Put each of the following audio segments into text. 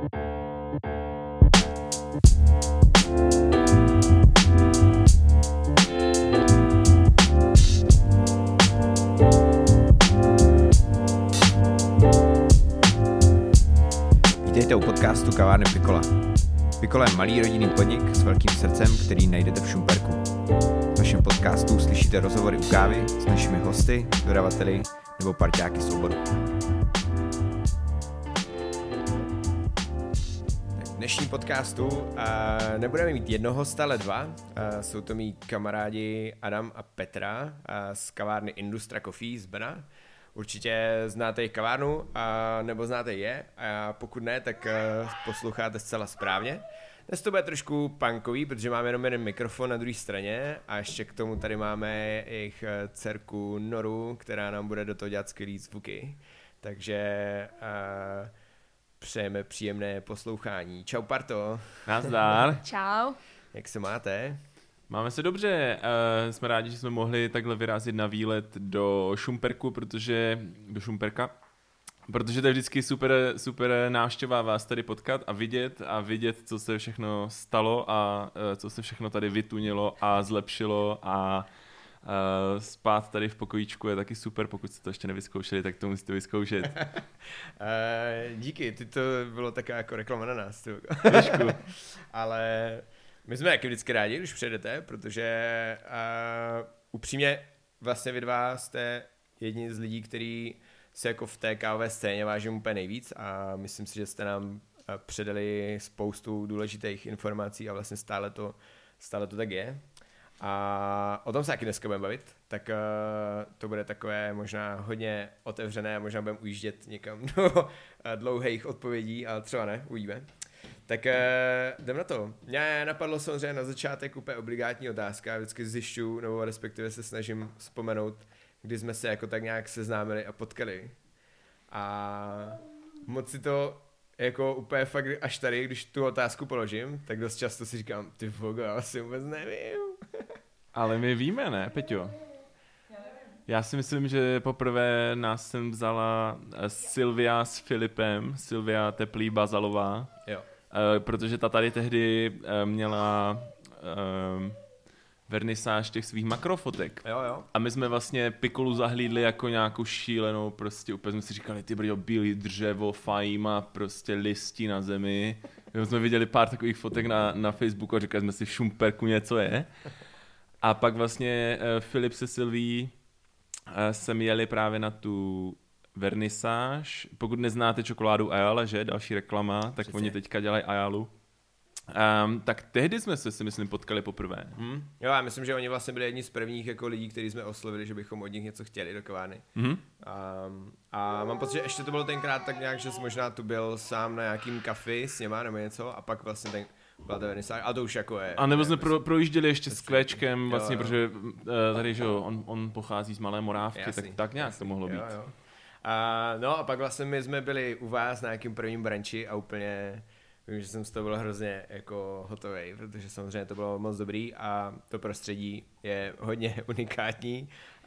Vítejte u podcastu Kavárny Pikola. Pikola je malý rodinný podnik s velkým srdcem, který najdete v Šumperku. V našem podcastu slyšíte rozhovory u kávy s našimi hosty, dodavateli nebo parťáky z oboru. V dnešním podcastu nebudeme mít jednoho hosta, ale dva. Jsou to mý kamarádi Adam a Petra z kavárny Industra Coffee z Brna. Určitě znáte jejich kavárnu, nebo znáte je, a pokud ne, tak posloucháte zcela správně. Dnes to bude trošku punkový, protože máme jenom jeden mikrofon na druhé straně a ještě k tomu tady máme jejich dcerku Noru, která nám bude do toho dělat skvělý zvuky. Takže přejeme příjemné poslouchání. Čau parto. Nazdar. Čau. Jak se máte? Máme se dobře, jsme rádi, že jsme mohli takhle vyrazit na výlet do Šumperka, protože to je vždycky super návštěva vás tady potkat a vidět, co se všechno stalo a co se všechno tady vytunilo a zlepšilo a spát tady v pokojíčku je taky super, pokud jste to ještě nevyzkoušeli, tak to musíte vyzkoušet. Díky, ty to bylo taková jako reklama na nás. Trošku. Ale my jsme taky vždycky rádi, když přijedete, protože upřímně vlastně vy dva jste jedni z lidí, kteří se jako v té kávové scéně vážím úplně nejvíc a myslím si, že jste nám předali spoustu důležitých informací a vlastně stále to tak je. A o tom se taky dneska budeme bavit, tak to bude takové možná hodně otevřené, možná budeme ujíždět někam do dlouhých odpovědí, ale třeba ne, uvidíme. Tak jdem na to. Mě napadlo samozřejmě na začátek úplně obligátní otázka, vždycky zjišťuju, nebo respektive se snažím vzpomenout, kdy jsme se jako tak nějak seznámili a potkali. A moc si to jako úplně fakt až tady, když tu otázku položím, tak dost často si říkám, ty vogo, já si vůbec nevím. Ale my víme, ne, Peťo? Já si myslím, že poprvé nás sem vzala Silvia s Filipem, Silvia Teplý Bazalová. Jo. Protože ta tady tehdy měla vernisáž těch svých makrofotek. Jo. A my jsme vlastně Pikolu zahlídli jako nějakou šílenou, prostě úplně jsme si říkali, ty brďo, bílý dřevo, fajma, prostě listí na zemi. My jsme viděli pár takových fotek na Facebooku a říkali jsme si, v Šumperku něco je. A pak vlastně Filip se Silví sem jeli právě na tu vernisáž. Pokud neznáte čokoládu Ayala, že? Další reklama, tak přece. Oni teďka dělají Ayalu. Tak tehdy jsme se, si myslím, potkali poprvé. Jo, já myslím, že oni vlastně byli jedni z prvních jako lidí, kteří jsme oslovili, že bychom od nich něco chtěli do kavárny. A mám pocit, že ještě to bylo tenkrát tak nějak, že jsi možná tu byl sám na nějakým kafi s něma nebo něco a pak vlastně byla ta vernisáž, a to už jako je. A nebo jsme projížděli ještě s Kvéčkem, vlastně, protože tady, že on pochází z Malé Morávky, tak nějak to mohlo být. Jo. No a pak vlastně my jsme byli u vás na nějakým prvním branči a úplně vím, že jsem z toho byl hrozně jako hotovej, protože samozřejmě to bylo moc dobrý a to prostředí je hodně unikátní.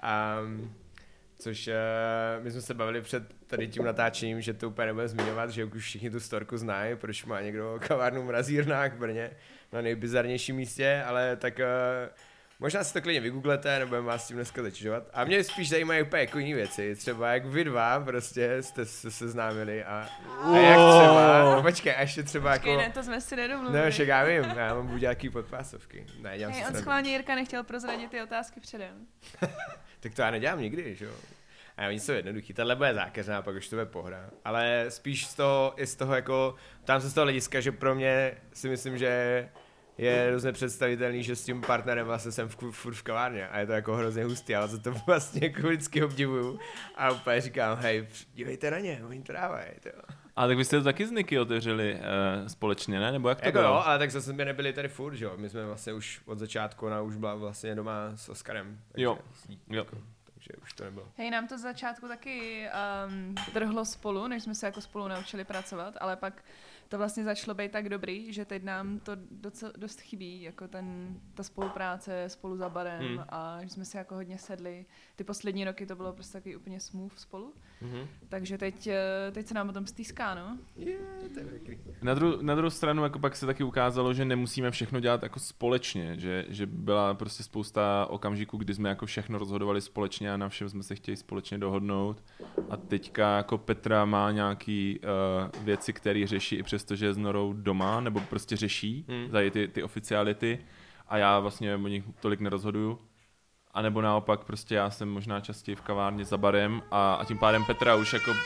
Což my jsme se bavili před tady tím natáčením, že to úplně nebudeme zmiňovat, že už všichni tu storku znají, proč má někdo kavárnu v Mrazírnách v Brně na nejbizarnějším místě, ale tak možná si to klidně vygooglete, nebudeme vás s tím dneska zatěžovat. A mě spíš zajímají úplně jako jiné věci, třeba jak vy dva prostě jste se seznámili a jak třeba, počkej, a ještě třeba jako... Ne, to jsme si nedomluvili. Ne, však já vím, já mám buď nějaký podpásovky. Ne, on schválně Jirka nechtěl prozradit ty otázky předem. Tak to já nedělám nikdy, že jo. A oni jsou jednoduchý, tahle bude zákeřná, pak už to bude pohra. Ale spíš z toho jako, tam se z toho hlediska, že pro mě si myslím, že je hrozně představitelný, že s tím partnerem vlastně jsem furt v kavárně a je to jako hrozně hustý, ale za to vlastně jako vždycky obdivuju a úplně říkám, hej, dívejte na ně, oni to dávají. A tak vy jste to taky s Niky otevřeli společně, ne? Nebo jak to jako bylo? Jo, ale tak zase jsme nebyli tady furt, že jo, my jsme vlastně už od začátku, ona už byla vlastně doma s Oskarem. Takže jo. Takže už to nebylo. Hej, nám to z začátku taky trhlo spolu, než jsme se jako spolu naučili pracovat, ale pak to vlastně začalo být tak dobrý, že teď nám to dost chybí, jako ta spolupráce spolu za barem a že jsme si jako hodně sedli. Ty poslední roky to bylo prostě takový úplně smooth spolu, takže teď se nám o tom stýská, no. To je pěkný. Na druhou stranu jako pak se taky ukázalo, že nemusíme všechno dělat jako společně, že byla prostě spousta okamžiků, kdy jsme jako všechno rozhodovali společně a na všem jsme se chtěli společně dohodnout a teďka jako Petra má nějaký věci, které řeší i přesto, že je s Norou doma, nebo prostě řeší tady ty oficiality a já vlastně o nich tolik nerozhoduju. A nebo naopak prostě já jsem možná častěji v kavárně za barem a tím pádem Petra už jako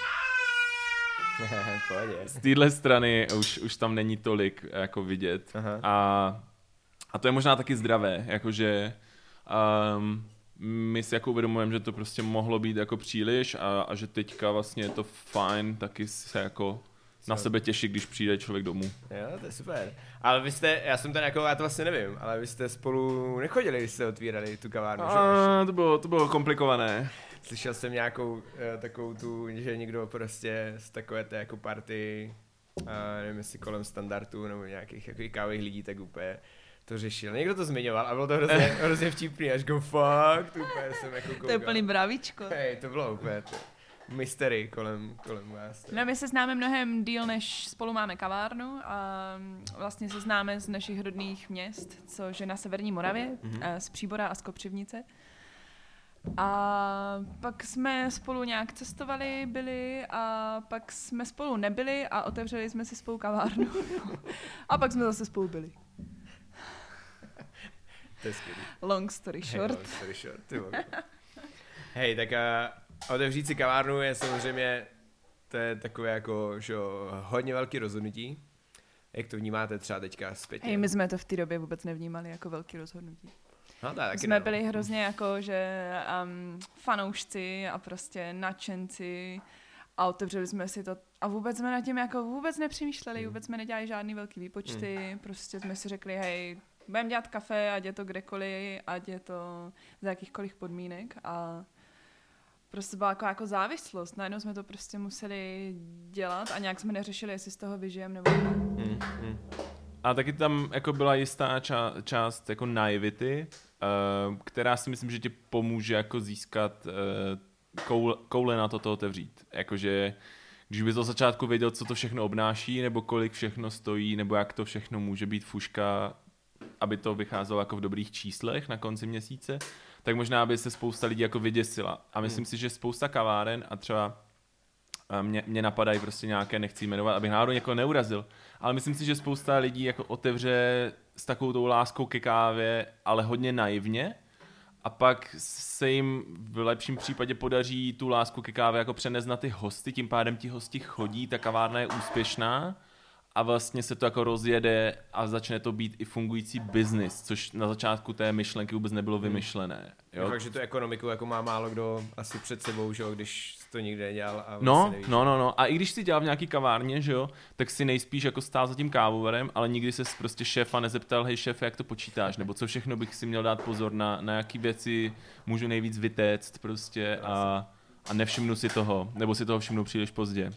z téhle strany už tam není tolik jako vidět. A to je možná taky zdravé, jakože my si jako uvědomujeme, že to prostě mohlo být jako příliš a že teďka vlastně je to fajn taky se jako na sebe těšit, když přijde člověk domů. Jo, to je super. Ale vy jste, já jsem ten jako, já to vlastně nevím, ale vy jste spolu nechodili, když jste otvírali tu kavárnu, že? To bylo komplikované. Slyšel jsem nějakou takovou tu, že někdo prostě z takové té jako party, nevím jestli kolem standardů nebo nějakých jako kávových lidí, tak úplně to řešil. Někdo to zmiňoval a bylo to hrozně vtipný, až go fuck, to úplně jsem jako koukal. To je plný bravíčko. Hej, to bylo úplně mystery kolem vás. No, my se známe mnohem díl, než spolu máme kavárnu a vlastně se známe z našich rodných měst, což je na severní Moravě, z Příbora a z Kopřivnice. A pak jsme spolu nějak cestovali, byli a pak jsme spolu nebyli a otevřeli jsme si spolu kavárnu. A pak jsme zase spolu byli. To je skvělý. Long story short. Long story short, hej, tak otevřít si kavárnu je samozřejmě, to je takové jako, že hodně velký rozhodnutí. Jak to vnímáte třeba teďka zpětně? Hej, my jsme to v té době vůbec nevnímali jako velký rozhodnutí. No, tak jsme byli hrozně jako, že fanoušci a prostě nadšenci a otevřeli jsme si to a vůbec jsme nad tím jako vůbec nepřemýšleli, vůbec jsme nedělali žádný velký výpočty, prostě jsme si řekli, hej, budeme dělat kafe, ať je to kdekoliv, ať je to za jakýchkoliv podmínek a prostě byla jako závislost. Najednou jsme to prostě museli dělat a nějak jsme neřešili, jestli z toho vyžijeme nebo ne. A taky tam jako byla jistá část jako naivity, která si myslím, že ti pomůže jako získat koule na to otevřít. Jakože když bys od začátku věděl, co to všechno obnáší, nebo kolik všechno stojí, nebo jak to všechno může být fuška, aby to vycházelo jako v dobrých číslech na konci měsíce, tak možná by se spousta lidí jako vyděsila. A myslím si, že spousta kaváren a třeba mě napadají prostě nějaké, nechci jmenovat, abych náhodou někoho neurazil, ale myslím si, že spousta lidí jako otevře s takovou tou láskou ke kávě, ale hodně naivně a pak se jim v lepším případě podaří tu lásku ke kávě jako přenést na ty hosty, tím pádem ti hosti chodí, ta kavárna je úspěšná a vlastně se to jako rozjede a začne to být i fungující biznis, což na začátku té myšlenky vůbec nebylo vymyšlené. Jo? Je fakt, že tu ekonomiku jako má málo kdo asi před sebou, že jo, když to nikdy nedělal a vlastně nevíš. No. A i když si dělal v nějaký kavárně, že jo, tak si nejspíš jako stál za tím kávovarem, ale nikdy se prostě šéfa nezeptal, hej šéfe, jak to počítáš, nebo co všechno bych si měl dát pozor, na jaký věci můžu nejvíc vytéct prostě a nevšimnu si toho, nebo si toho všimnu příliš pozdě.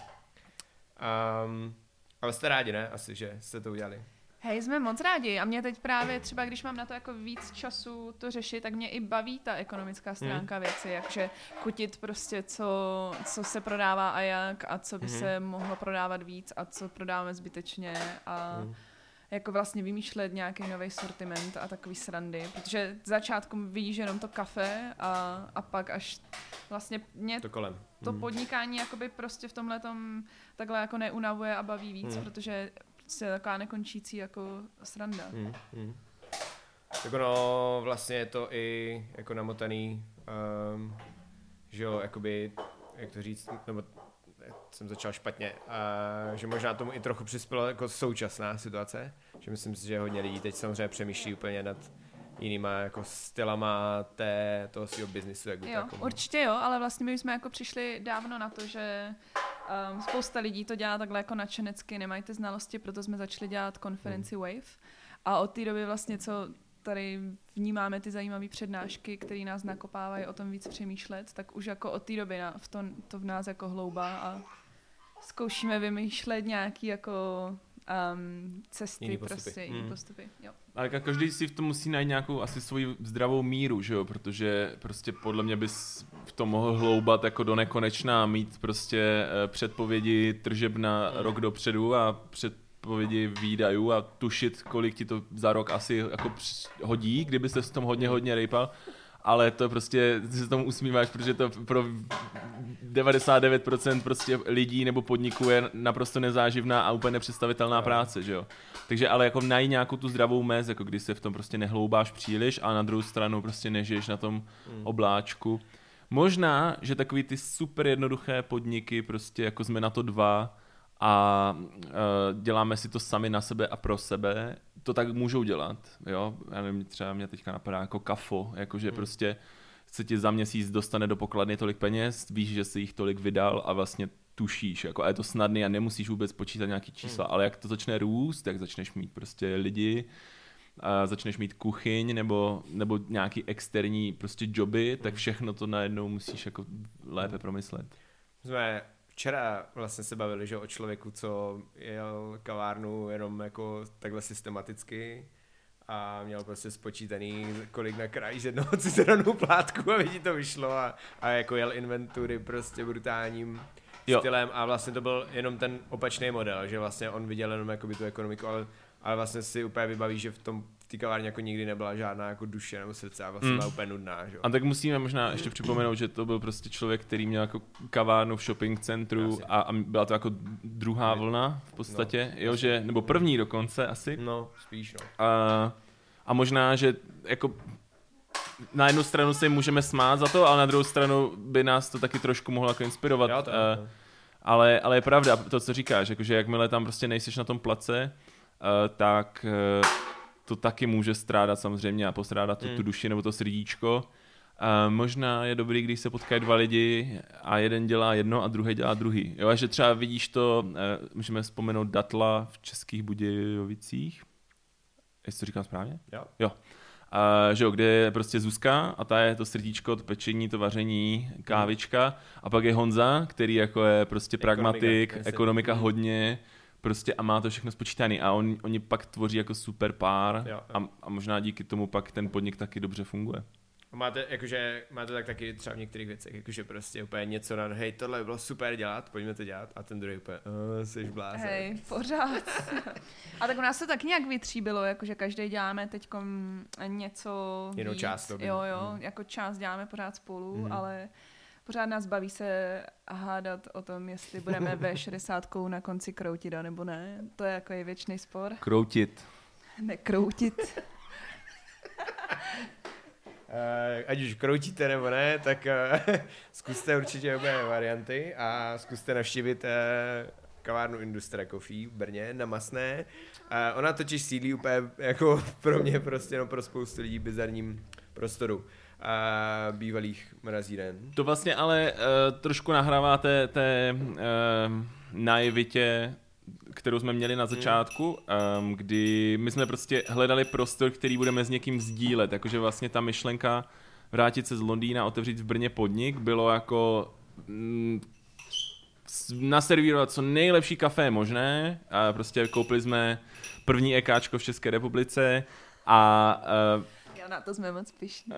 Ale jste rádi, ne? Asi, že jste to udělali. Hej, jsme moc rádi a mě teď právě třeba, když mám na to jako víc času to řešit, tak mě i baví ta ekonomická stránka věci, jakže kutit prostě, co se prodává a jak a co by se mohlo prodávat víc a co prodáváme zbytečně a jako vlastně vymýšlet nějaký nový sortiment a takový srandy, protože v začátku vidíš jenom to kafe a pak až vlastně mě to kolem. To podnikání jakoby prostě v tomhletom takhle jako neunavuje a baví víc, protože je taková nekončící jako sranda. Tak ono vlastně je to i jako namotaný, že jo, jakoby, jak to říct, nebo jsem začal špatně, že možná tomu i trochu přispěla jako současná situace, že myslím si, že hodně lidí teď samozřejmě přemýšlí úplně nad jinýma jako stylama toho svého biznisu. Jo, jako určitě jo, ale vlastně my jsme jako přišli dávno na to, že spousta lidí to dělá takhle jako nadšenecky, nemají ty znalosti, proto jsme začali dělat konferenci Wave a od té doby vlastně, co tady vnímáme ty zajímavé přednášky, které nás nakopávají o tom víc přemýšlet, tak už jako od té doby to v nás jako hloubá a zkoušíme vymýšlet nějaký jako cesty, Jiný postupy. prostě jiný postupy. Jo. Ale každý si v tom musí najít nějakou asi svoji zdravou míru, že jo, protože prostě podle mě bys v tom mohl hloubat jako do nekonečna a mít prostě předpovědi tržeb na rok dopředu a předpovědi výdajů a tušit, kolik ti to za rok asi jako hodí, kdyby se v tom hodně rejpal. Ale to prostě, ty se tomu usmíváš, protože to pro 99% prostě lidí nebo podniků je naprosto nezáživná a úplně nepředstavitelná práce, že jo. Takže ale jako najít nějakou tu zdravou mez, jako když se v tom prostě nehloubáš příliš a na druhou stranu prostě nežiješ na tom obláčku. Možná, že takový ty super jednoduché podniky, prostě jako jsme na to dva a děláme si to sami na sebe a pro sebe, to tak můžou dělat, jo. Já nevím, třeba mě teďka napadá jako Kafo, jakože prostě se ti za měsíc dostane do pokladny tolik peněz, víš, že jsi jich tolik vydal a vlastně tušíš, jako a je to snadný a nemusíš vůbec počítat nějaký čísla, ale jak to začne růst, jak začneš mít prostě lidi, a začneš mít kuchyň nebo nějaký externí prostě joby, tak všechno to najednou musíš jako lépe promyslet. Jsme včera vlastně se bavili, že o člověku, co jel kavárnu jenom jako takhle systematicky a měl prostě spočítaný, kolik nakrájí z jednoho citronu plátku, aby ti to vyšlo a jako jel inventury prostě brutálním stylem a vlastně to byl jenom ten opačný model, že vlastně on viděl jenom jakoby tu ekonomiku, ale vlastně si úplně vybaví, že v té kavárně jako nikdy nebyla žádná jako duše nebo srdce a vlastně byla úplně nudná. Že? A tak musíme možná ještě připomenout, že to byl prostě člověk, který měl jako kavárnu v shopping centru a byla to jako druhá vlna v podstatě, jo, že, nebo první dokonce asi. No, spíš no. A možná, že jako na jednu stranu se jim můžeme smát za to, ale na druhou stranu by nás to taky trošku mohlo jako inspirovat. Jo, ale je pravda to, co říkáš, jakože jakmile tam prostě nejseš na tom place, tak to taky může strádat samozřejmě a postrádat tu duši nebo to srdíčko. Možná je dobrý, když se potkají dva lidi a jeden dělá jedno a druhý dělá druhý. Jo, a že třeba vidíš to, můžeme vzpomenout Datla v Českých Budějovicích. Jestli to říkám správně? Jo. Že jo, kde je prostě Zuzka a ta je to srdíčko, to pečení, to vaření, kávička a pak je Honza, který jako je prostě pragmatik, ekonomika hodně prostě a má to všechno spočítaný a oni pak tvoří jako super pár a možná díky tomu pak ten podnik taky dobře funguje. Máte tak taky třeba v některých věcech, jakože prostě úplně něco na, hej, tohle by bylo super dělat, pojďme to dělat a ten druhý úplně, jsi blázen. Hej, pořád. A tak u nás se tak nějak vytříbilo, jakože každý děláme teďkom něco jinou víc. část. Jo, jako část děláme pořád spolu, ale pořád nás baví se hádat o tom, jestli budeme ve 60 na konci kroutit, nebo ne. To je jako věčný spor. Kroutit. Nekroutit. Ať už kroutíte nebo ne, tak zkuste určitě obě varianty a zkuste navštívit kavárnu Industria Coffee v Brně na Masné. Ona totiž sídlí úplně jako pro mě prostě, no pro spoustu lidí bizarním prostoru bývalých mrazíren. To vlastně ale trošku nahrává té naivitě, kterou jsme měli na začátku, kdy my jsme prostě hledali prostor, který budeme s někým sdílet, jakože vlastně ta myšlenka vrátit se z Londýna, otevřít v Brně podnik, bylo jako naservírovat co nejlepší kafé možné a prostě koupili jsme první EKčko v České republice a na to jsme moc pyšní.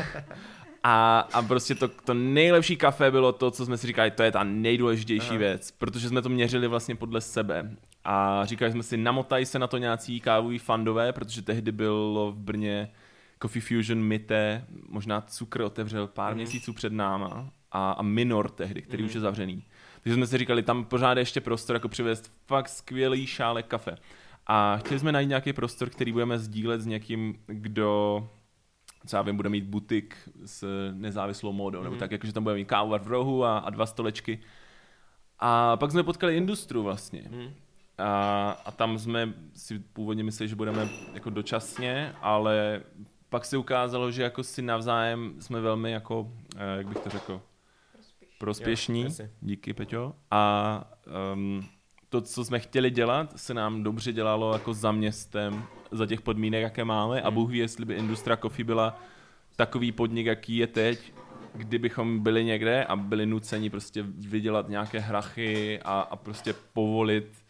A prostě to nejlepší kafe bylo to, co jsme si říkali, to je ta nejdůležitější věc, protože jsme to měřili vlastně podle sebe. A říkali jsme si, namotají se na to nějací kávový fandové, protože tehdy bylo v Brně Coffee Fusion, Mite, možná Cukr otevřel pár měsíců před náma a Minor tehdy, který už je zavřený. Takže jsme si říkali, tam pořád je ještě prostor, jako přivést fakt skvělý šálek kafe. A chtěli jsme najít nějaký prostor, který budeme sdílet s někým, kdo třeba bude mít butik s nezávislou módou, nebo tak, jakože tam bude mít kávovar v rohu a 2 stolečky. A pak jsme potkali Industru vlastně. A tam jsme si původně mysleli, že budeme jako dočasně, ale pak se ukázalo, že jako si navzájem jsme velmi jako, jak bych to řekl, prospěšní. Díky, Peťo. A to, co jsme chtěli dělat, se nám dobře dělalo jako za městem, za těch podmínek, jaké máme a Bůh ví, jestli by Industria Coffee byla takový podnik, jaký je teď, kdybychom byli někde a byli nuceni prostě vydělat nějaké hrachy a prostě povolit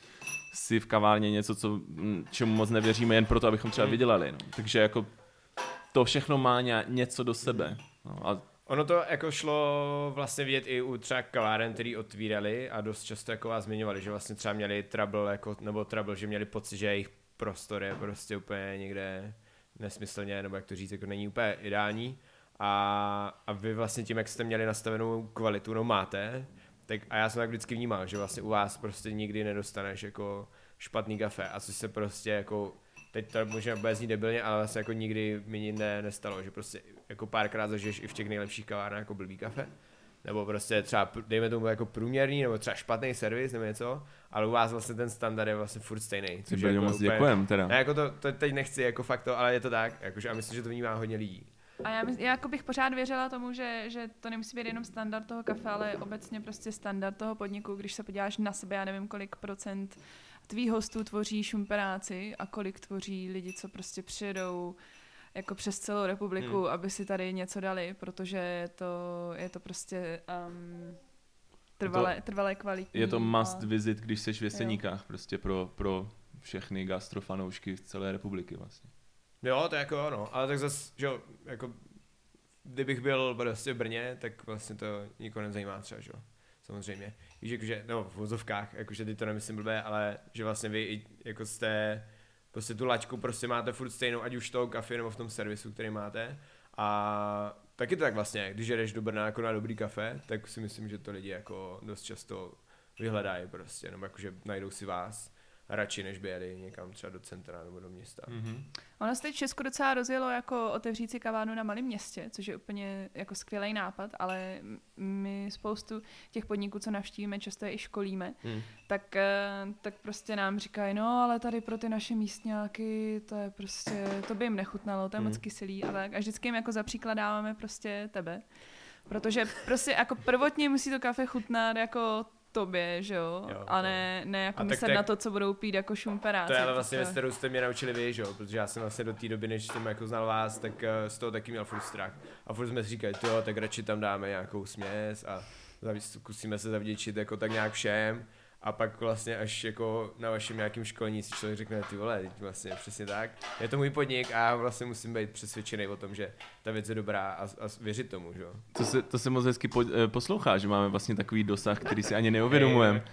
si v kavárně něco, čemu moc nevěříme, jen proto, abychom třeba vydělali. No. Takže jako to všechno má něco do sebe. No, a ono to jako šlo vlastně vidět i u třeba kaváren, který otvírali a dost často jako vás zmiňovali, že vlastně třeba měli trouble, že měli pocit, že jejich prostor je prostě úplně někde nesmyslně, nebo jak to říct, jako není úplně ideální. A vy vlastně tím, jak jste měli nastavenou kvalitu, no máte, tak a já jsem tak vždycky vnímal, že vlastně u vás prostě nikdy nedostaneš jako špatný kafe a což se prostě jako, teď to možná bude znít debilně, ale vlastně jako nikdy mi nestalo, že prostě jako párkrát zažiješ i v těch nejlepších kavárnách jako blbý kafe, nebo prostě třeba dejme tomu jako průměrný, nebo třeba špatný servis nebo něco, ale u vás vlastně ten standard je vlastně furt stejný. Což je moc děkujem teda. Ne, jako to teď nechci jako fakt to, ale je to tak, jakože a myslím, že to vnímá hodně lidí. A já jako bych pořád věřila tomu, že to nemusí být jenom standard toho kafe, ale obecně prostě standard toho podniku, když se podíváš na sebe, já nevím, kolik procent tvých hostů tvoří šumperáci a kolik tvoří lidi, co prostě přijedou jako přes celou republiku, aby si tady něco dali, protože je to prostě trvalé kvalitní. Je to must visit, když seš v Jeseníkách, prostě pro všechny gastrofanoušky z celé republiky vlastně. Jo, to jako ano, ale tak zase, že jo, jako kdybych byl prostě v Brně, tak vlastně to nikoho nezajímá třeba, že jo, samozřejmě. Víš, jakože, no v vozovkách, jakože ty to nemyslím blbé, ale že vlastně vy jako jste, prostě tu laťku prostě máte furt stejnou, ať už v toho kafe nebo v tom servisu, který máte a taky to tak vlastně, když jedeš do Brna jako na dobrý kafe, tak si myslím, že to lidi jako dost často vyhledají prostě, nebo jakože najdou si vás radši, než by jeli někam třeba do centra nebo do města. Mm-hmm. Ono se teď v Česku docela rozjelo jako otevřít si kavárnu na malém městě, což je úplně jako skvělý nápad, ale my spoustu těch podniků, co navštívíme, často je i školíme, tak prostě nám říkají, no ale tady pro ty naše místňáky, to je prostě, to by jim nechutnalo, to je moc kyselý a tak. A vždycky jim jako za příklad dáváme prostě tebe, protože prostě jako prvotně musí to kafe chutnat jako tobě, že jo? A ne jako myslet na to, co budou pít jako šumperáci. To je ale vlastně věc, kterou jste mě naučili vy, že jo? Protože já jsem vlastně do té doby, než jsem jako znal vás, tak z toho taky měl furt strach. A furt jsme si říkali, jo, tak radši tam dáme nějakou směs a zkusíme se zavděčit jako tak nějak všem. A pak vlastně až jako na vašem nějakým školení si člověk řekne, ty vole, vlastně přesně tak. Je to můj podnik a já vlastně musím být přesvědčený o tom, že ta věc je dobrá a věřit tomu, že jo. To se moc hezky poslouchá, že máme vlastně takový dosah, který si ani neuvědomujeme.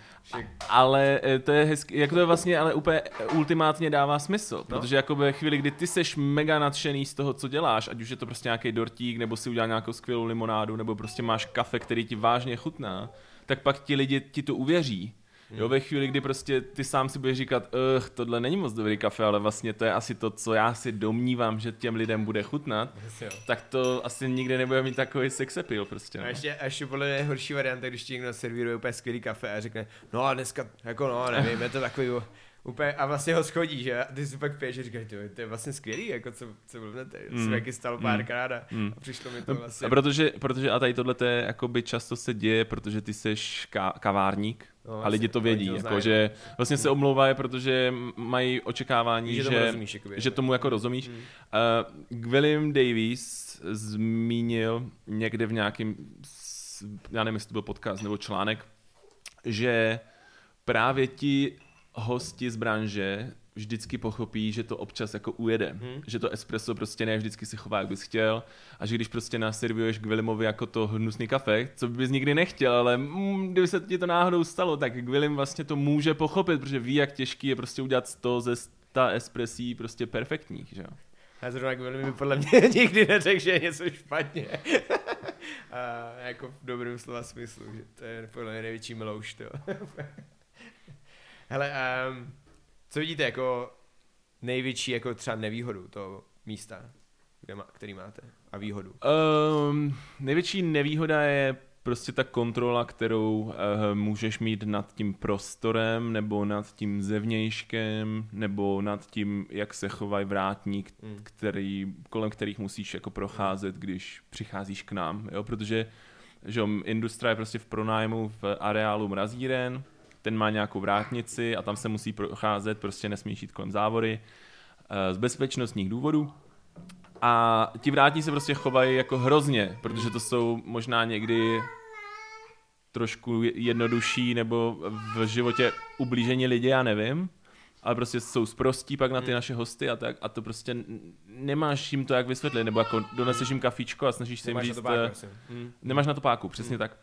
Ale to je hezky, jako to je vlastně, ale úplně ultimátně dává smysl, protože jako ve chvíli, kdy ty seš mega nadšený z toho, co děláš, ať už je to prostě nějaký dortík, nebo si udělal nějakou skvělou limonádu, nebo prostě máš kafe, který ti vážně chutná, tak pak ti lidi ti to uvěří. Jo, ve chvíli, kdy prostě ty sám si budeš říkat, tohle není moc dobrý kafe, ale vlastně to je asi to, co já si domnívám, že těm lidem bude chutnat, tak to asi nikdy nebude mít takový sex appeal prostě. No. A ještě podle mě horší varianta, když ti někdo servíruje úplně skvělý kafe a řekne, no a dneska, jako no, nevím, je to takový úplně, a vlastně ho schodí, že? A ty si pak piješ a říkáš, to je vlastně skvělý, jako co blbnete, se taky stalo párkrát a přišlo mi to vlastně. A protože a tady tohle jakoby často se děje, protože ty seš kavárník, no, a lidi to vědí, jako, že vlastně se omlouvají, protože mají očekávání, že tomu jako rozumíš. William Davies zmínil někde v nějakém, já nevím, jestli to byl podcast nebo článek, že právě ti hosti z branže vždycky pochopí, že to občas jako ujede. Že to espresso prostě ne vždycky se chová, jak bys chtěl. A že když prostě naservuješ k Willimovi jako to hnusný kafe, co bys nikdy nechtěl, ale kdyby se ti to náhodou stalo, tak Willim vlastně to může pochopit, protože ví, jak těžký je prostě udělat 100 ze 100 espresí prostě perfektních, že jo. A zrovna k Willim mi podle mě nikdy neřekl, že je něco špatně. A jako v dobrém slova smyslu, že to je podle mě největší milouš, to. Hele, co vidíte jako největší jako třeba nevýhodu toho místa, který máte, a výhodu? Největší nevýhoda je prostě ta kontrola, kterou můžeš mít nad tím prostorem, nebo nad tím zevnějškem, nebo nad tím, jak se chovají vrátník, kolem kterých musíš jako procházet, když přicházíš k nám, jo? Protože že Industria je prostě v pronájmu v areálu Mrazíren, ten má nějakou vrátnici a tam se musí procházet, prostě nesmíš jít kolem závory z bezpečnostních důvodů. A ti vrátníci se prostě chovají jako hrozně, protože to jsou možná někdy trošku jednodušší nebo v životě ublížení lidi, já nevím. Ale prostě jsou sprostí pak na ty naše hosty a tak a to prostě nemáš jim to jak vysvětlit, nebo jako doneseš jim kafíčko a snažíš se jim říct... Nemáš na to páku, přesně tak.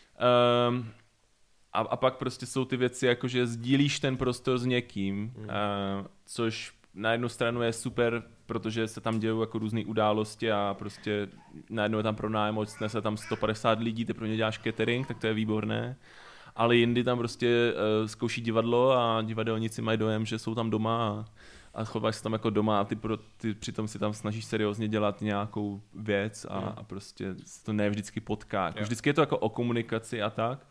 A pak prostě jsou ty věci jako, že sdílíš ten prostor s někým, což na jednu stranu je super, protože se tam dějou jako různé události a prostě najednou je tam pronájem, odstne se tam 150 lidí, ty pro ně děláš catering, tak to je výborné. Ale jindy tam prostě zkouší divadlo a divadelníci mají dojem, že jsou tam doma a chováš se tam jako doma a ty přitom si tam snažíš seriózně dělat nějakou věc a prostě to ne vždycky potká. Jako vždycky je to jako o komunikaci a tak.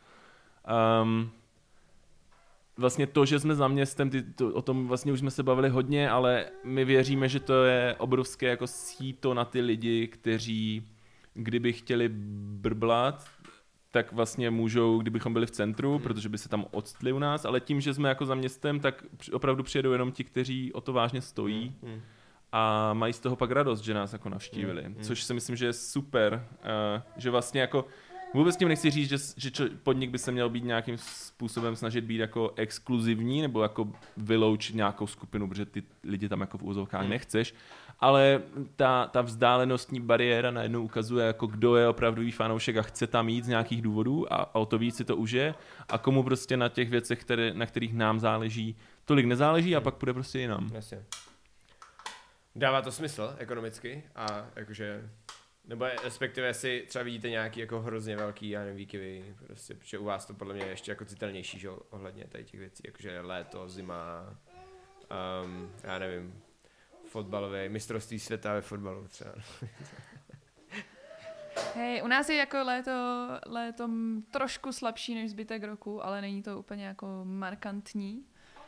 Vlastně to, že jsme za městem, o tom vlastně už jsme se bavili hodně, ale my věříme, že to je obrovské jako síto na ty lidi, kteří kdyby chtěli brblat, tak vlastně můžou, kdybychom byli v centru, protože by se tam odstli u nás, ale tím, že jsme jako za městem, tak opravdu přijedou jenom ti, kteří o to vážně stojí a mají z toho pak radost, že nás jako navštívili. Což si myslím, že je super, že vlastně jako vůbec tím nechci říct, že podnik by se měl být nějakým způsobem snažit být jako exkluzivní nebo jako vyloučit nějakou skupinu, protože ty lidi tam jako v úzovkách nechceš, ale ta vzdálenostní bariéra najednou ukazuje, jako kdo je opravdový fanoušek a chce tam jít z nějakých důvodů a o to víc si to užije a komu prostě na těch věcech, na kterých nám záleží, tolik nezáleží a pak půjde prostě jinam. Jasně. Dává to smysl ekonomicky a jakože nebo respektive si třeba vidíte nějaký jako hrozně velký, já nevím, výkyvy, prostě, protože u vás to podle mě je ještě jako citelnější, že ohledně tady těch věcí, jakože léto, zima, já nevím, fotbalové, mistrovství světa ve fotbalu třeba. Hej, u nás je jako léto trošku slabší než zbytek roku, ale není to úplně jako markantní.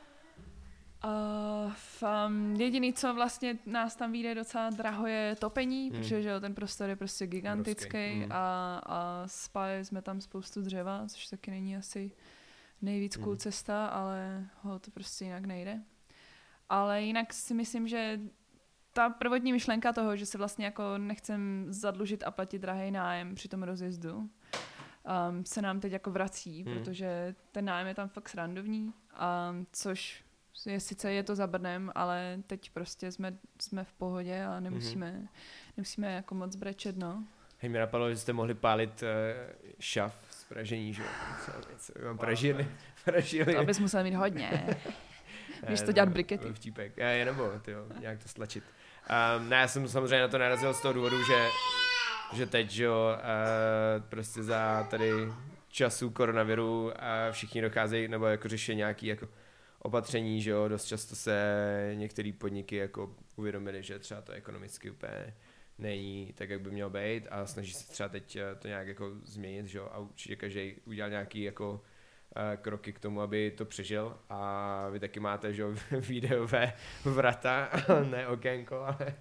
Jediný, co vlastně nás tam vyjde docela draho, je topení, protože že, ten prostor je prostě gigantický a spáli jsme tam spoustu dřeva, což taky není asi nejvíc cool cesta, ale to prostě jinak nejde. Ale jinak si myslím, že ta prvotní myšlenka toho, že se vlastně jako nechcem zadlužit a platit drahý nájem při tom rozjezdu, se nám teď jako vrací, protože ten nájem je tam fakt srandovní, což sice je to za Brnem, ale teď prostě jsme v pohodě a nemusíme jako moc brečet, no. Hej, mi napadlo, že jste mohli pálit šaf z pražení, že jo? Mám pražili. To bys musel mít hodně. Víš to dělat brikety. Vtípek. Nebo nějak to stlačit. Ne, já jsem samozřejmě na to narazil z toho důvodu, že teď, že jo, prostě za tady času koronaviru všichni docházejí, nebo jako řeší nějaký jako opatření, že jo, dost často se některé podniky jako uvědomili, že třeba to ekonomicky úplně není tak, jak by mělo být a snaží se třeba teď to nějak jako změnit, že jo, a určitě každý udělal nějaký jako kroky k tomu, aby to přežil a vy taky máte, že jo, videové vrata, ne okénko, ale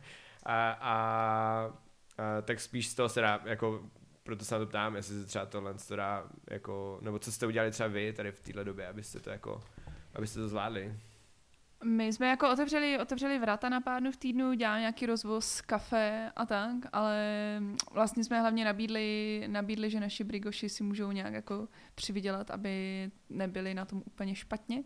tak spíš z toho se dá, jako proto se na to ptám, jestli se třeba tohle to dá, jako, nebo co jste udělali třeba vy tady v téhle době, abyste to zvládli. My jsme jako otevřeli vrata na pár dnů v týdnu, dělali nějaký rozvoz kafe a tak, ale vlastně jsme hlavně nabídli, že naši brigoši si můžou nějak jako přivydělat, aby nebyli na tom úplně špatně.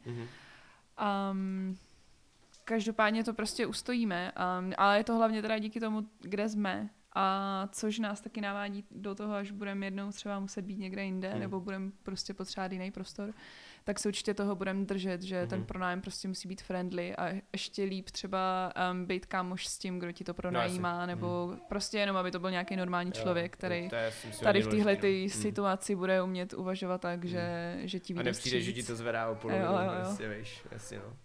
Každopádně to prostě ustojíme, ale je to hlavně teda díky tomu, kde jsme, a což nás taky navádí do toho, až budeme jednou třeba muset být někde jinde, nebo budeme prostě potřebovat jiný prostor, tak se určitě toho budeme držet, že ten pronájem prostě musí být friendly a ještě líp třeba být kámoš s tím, kdo ti to pronajímá, nebo prostě jenom, aby to byl nějaký normální člověk, který tady v téhle situaci bude umět uvažovat tak, že ti vyjde vstříc. A nepřijde, že ti to zvedá o polovinu, prostě, víš, jasně, no.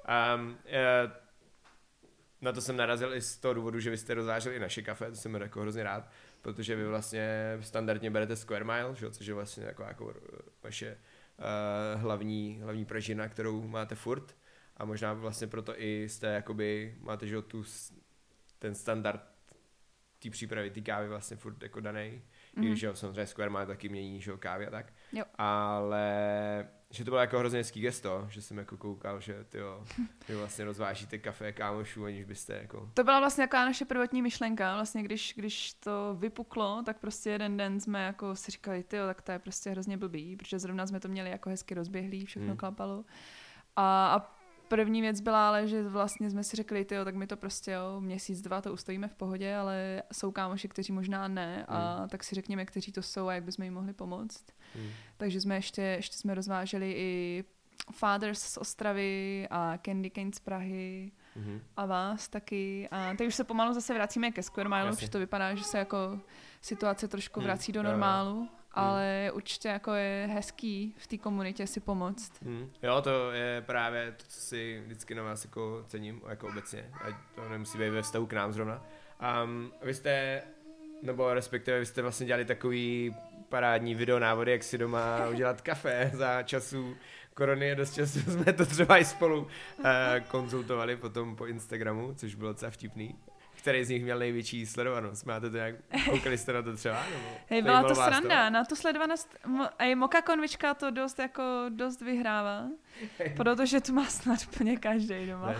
Na to jsem narazil i z toho důvodu, že vy jste rozváželi i naše kafe, to jsem jako hrozně rád, protože vy vlastně standardně berete Square Mile, že? Což je vlastně jako vaše hlavní pražina, kterou máte furt a možná vlastně proto i jste jakoby, máte, že ten standard té přípravy, té kávy vlastně furt jako danej, i když samozřejmě Square Mile taky mění, že kávy a tak, ale že to bylo jako hrozně hezký gesto, že jsem jako koukal, že vy vlastně rozvážíte kafe kámošů, aniž byste jako... To byla vlastně jako naše prvotní myšlenka, vlastně když to vypuklo, tak prostě jeden den jsme jako si říkali, tak to je prostě hrozně blbý, protože zrovna jsme to měli jako hezky rozběhlý, všechno klapalo. A první věc byla ale, že vlastně jsme si řekli, tak my to prostě měsíc, 2 to ustojíme v pohodě, ale jsou kámoši, kteří možná ne a tak si řekněme, kteří to jsou a jak bychom jim mohli pomoct. Takže jsme ještě jsme rozváželi i Fathers z Ostravy a Candy Cane z Prahy a vás taky. A teď už se pomalu zase vracíme ke Square Mile, protože to vypadá, že se jako situace trošku vrací do normálu. Ale určitě jako je hezký v té komunitě si pomoct. Jo, to je právě to, co si vždycky na vás jako cením, jako obecně. A to nemusí být ve vztahu k nám zrovna. Vy jste, nebo respektive vy jste vlastně dělali takový parádní videonávody, jak si doma udělat kafe za časů korony a dost času jsme to třeba i spolu konzultovali potom po Instagramu, což bylo docela vtipný. Který z nich měl největší sledovanost? Máte to jak? Koukali jste na to třeba? Hej, byla to sranda. Na tu sledovanost Moka Konvička to dost vyhrává. Protože to má snad úplně každý doma.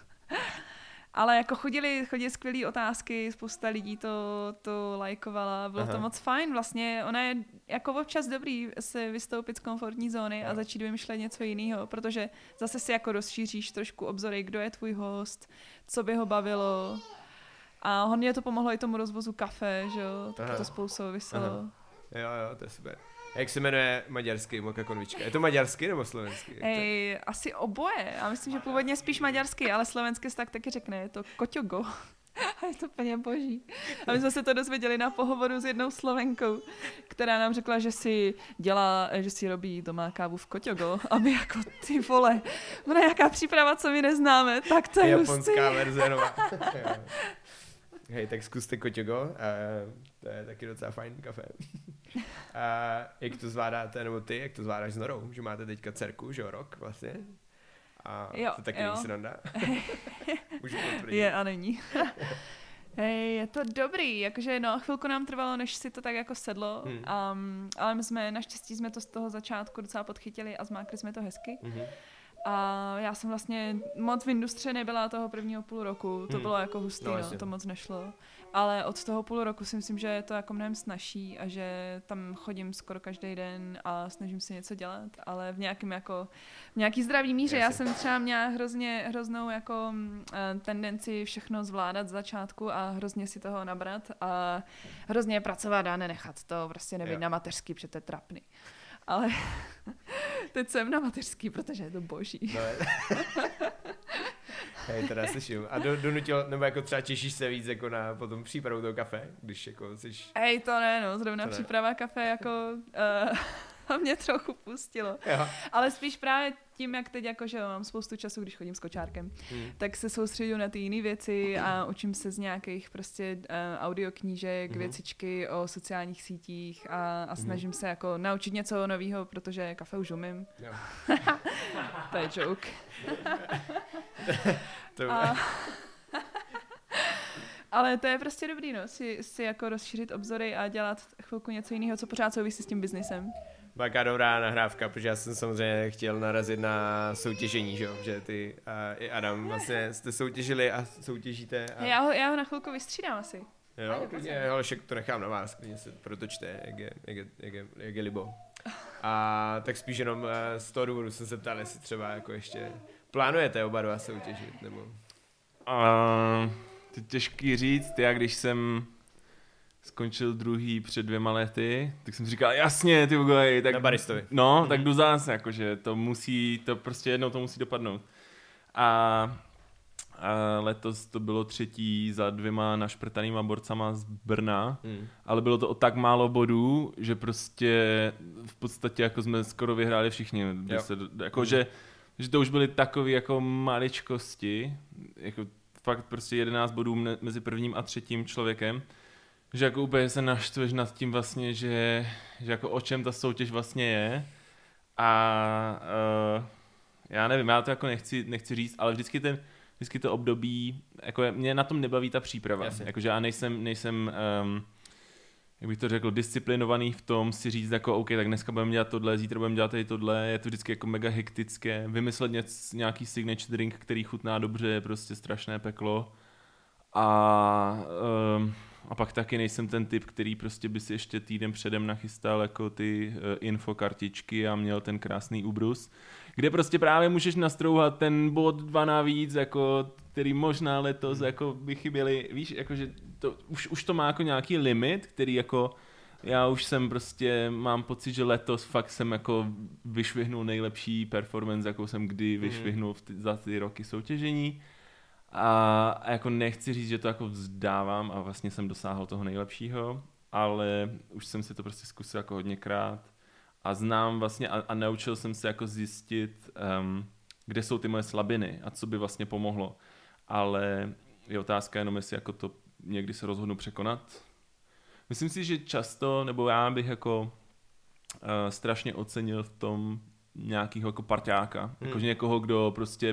Ale jako chodili skvělý otázky, spousta lidí to lajkovala, bylo to moc fajn vlastně. Ona je jako občas dobrý se vystoupit z komfortní zóny a začít vymýšlet něco jiného, protože zase si jako rozšíříš trošku obzory, kdo je tvůj host, co by ho bavilo. A hodně to pomohlo i tomu rozvozu kafe, že jo, tak to spolu souviselo. Jo, to je super. Jak se jmenuje maďarský Moka Konvička? Je to maďarský nebo slovenský? Asi oboje. Já myslím, že původně spíš maďarský, ale slovenský se tak taky řekne. Je to Koťogo. A je to úplně boží. A my jsme se to dozvěděli na pohovoru s jednou Slovenkou, která nám řekla, že si robí doma kávu v Koťogo. A my jako, ty vole, ona nějaká příprava, co my neznáme, tak to je hustý. Japonská verze nová. Hej, tak zkuste Koťogo, to je taky docela fajn kafe. Jak to zvládáte, nebo ty, jak to zvládáš s Norou, že máte teďka dcerku, že jo, rok vlastně? A to taky není sranda. Můžu potvrdit. Je a není. Hej, je to dobrý, jakože chvilku nám trvalo, než si to tak jako sedlo, ale naštěstí jsme to z toho začátku docela podchytili a zmákli jsme to hezky. A já jsem vlastně moc v industrii nebyla toho prvního půl roku, to bylo jako hustý, to moc nešlo. Ale od toho půl roku si myslím, že je to jako mnohem snazší a že tam chodím skoro každý den a snažím se něco dělat, ale v nějaký zdravý míře. Já jsem třeba měla hroznou jako tendenci všechno zvládat z začátku a hrozně si toho nabrat a hrozně pracovat a nenechat to, prostě nebyt na mateřský, protože to je trapný. Ale teď jsem na mateřský, protože je to boží. Hej, teda slyším. A donutil, nebo jako třeba těšíš se víc jako na potom přípravu toho kafe, když jako jsi... Hej, to ne, zrovna příprava kafe jako mě trochu pustilo. Jo. Ale spíš právě tím, jak teď jako, že mám spoustu času, když chodím s kočárkem, tak se soustředím na ty jiné věci a učím se z nějakých prostě audioknížek, věcičky o sociálních sítích a snažím se jako naučit něco nového, protože kafe už umím. To je joke. Ale to je prostě dobrý, si jako rozšířit obzory a dělat chvilku něco jiného, co pořád souvisí s tím biznisem. Jaká dobrá nahrávka, protože já jsem samozřejmě chtěl narazit na soutěžení, že ty i Adam vlastně jste soutěžili a soutěžíte. A... Já ho na chvilku vystřídám asi. Jo, klidně, ale však to nechám na vás, klidně se protočte, jak je libo. A tak spíš jenom z toho důvodu jsem se ptal, jestli třeba jako ještě plánujete oba dva soutěžit, nebo... To je těžký říct, já když jsem skončil druhý před 2 lety, tak jsem si říkal, jasně, ty vole, tak... Na baristovi. No, tak jdu zase, jakože to prostě jednou to musí dopadnout. A letos to bylo 3. za 2 našprtanýma borcama z Brna, ale bylo to o tak málo bodů, že prostě v podstatě jako jsme skoro vyhráli všichni. Že to už byly takové jako maličkosti, jako fakt prostě 11 bodů mezi prvním a 3. člověkem, že jako úplně se naštveš nad tím vlastně, že jako o čem ta soutěž vlastně je a já nevím, já to jako nechci říct, ale vždycky to období, jako mě na tom nebaví ta příprava, jakože já nejsem jak bych to řekl, disciplinovaný v tom si říct jako OK, tak dneska budeme dělat tohle, zítra budeme dělat tady tohle, je to vždycky jako mega hektické, vymyslet nějaký signature drink, který chutná dobře, je prostě strašné peklo a pak taky nejsem ten typ, který prostě by si ještě týden předem nachystal jako ty infokartičky a měl ten krásný úbrus, kde prostě právě můžeš nastrouhat ten bod 2 navíc, jako, který možná letos jako by chyběli, víš, jakože to, už to má jako nějaký limit, který jako já už jsem prostě, mám pocit, že letos fakt jsem jako vyšvihnul nejlepší performance, jakou jsem kdy vyšvihnul za ty roky soutěžení. A jako nechci říct, že to jako vzdávám a vlastně jsem dosáhl toho nejlepšího, ale už jsem si to prostě zkusil jako hodněkrát a znám vlastně a naučil jsem se jako zjistit, kde jsou ty moje slabiny a co by vlastně pomohlo. Ale je otázka jenom, jestli jako to někdy se rozhodnu překonat. Myslím si, že často, nebo já bych jako strašně ocenil v tom nějakýho jako parťáka, jakože někoho, kdo prostě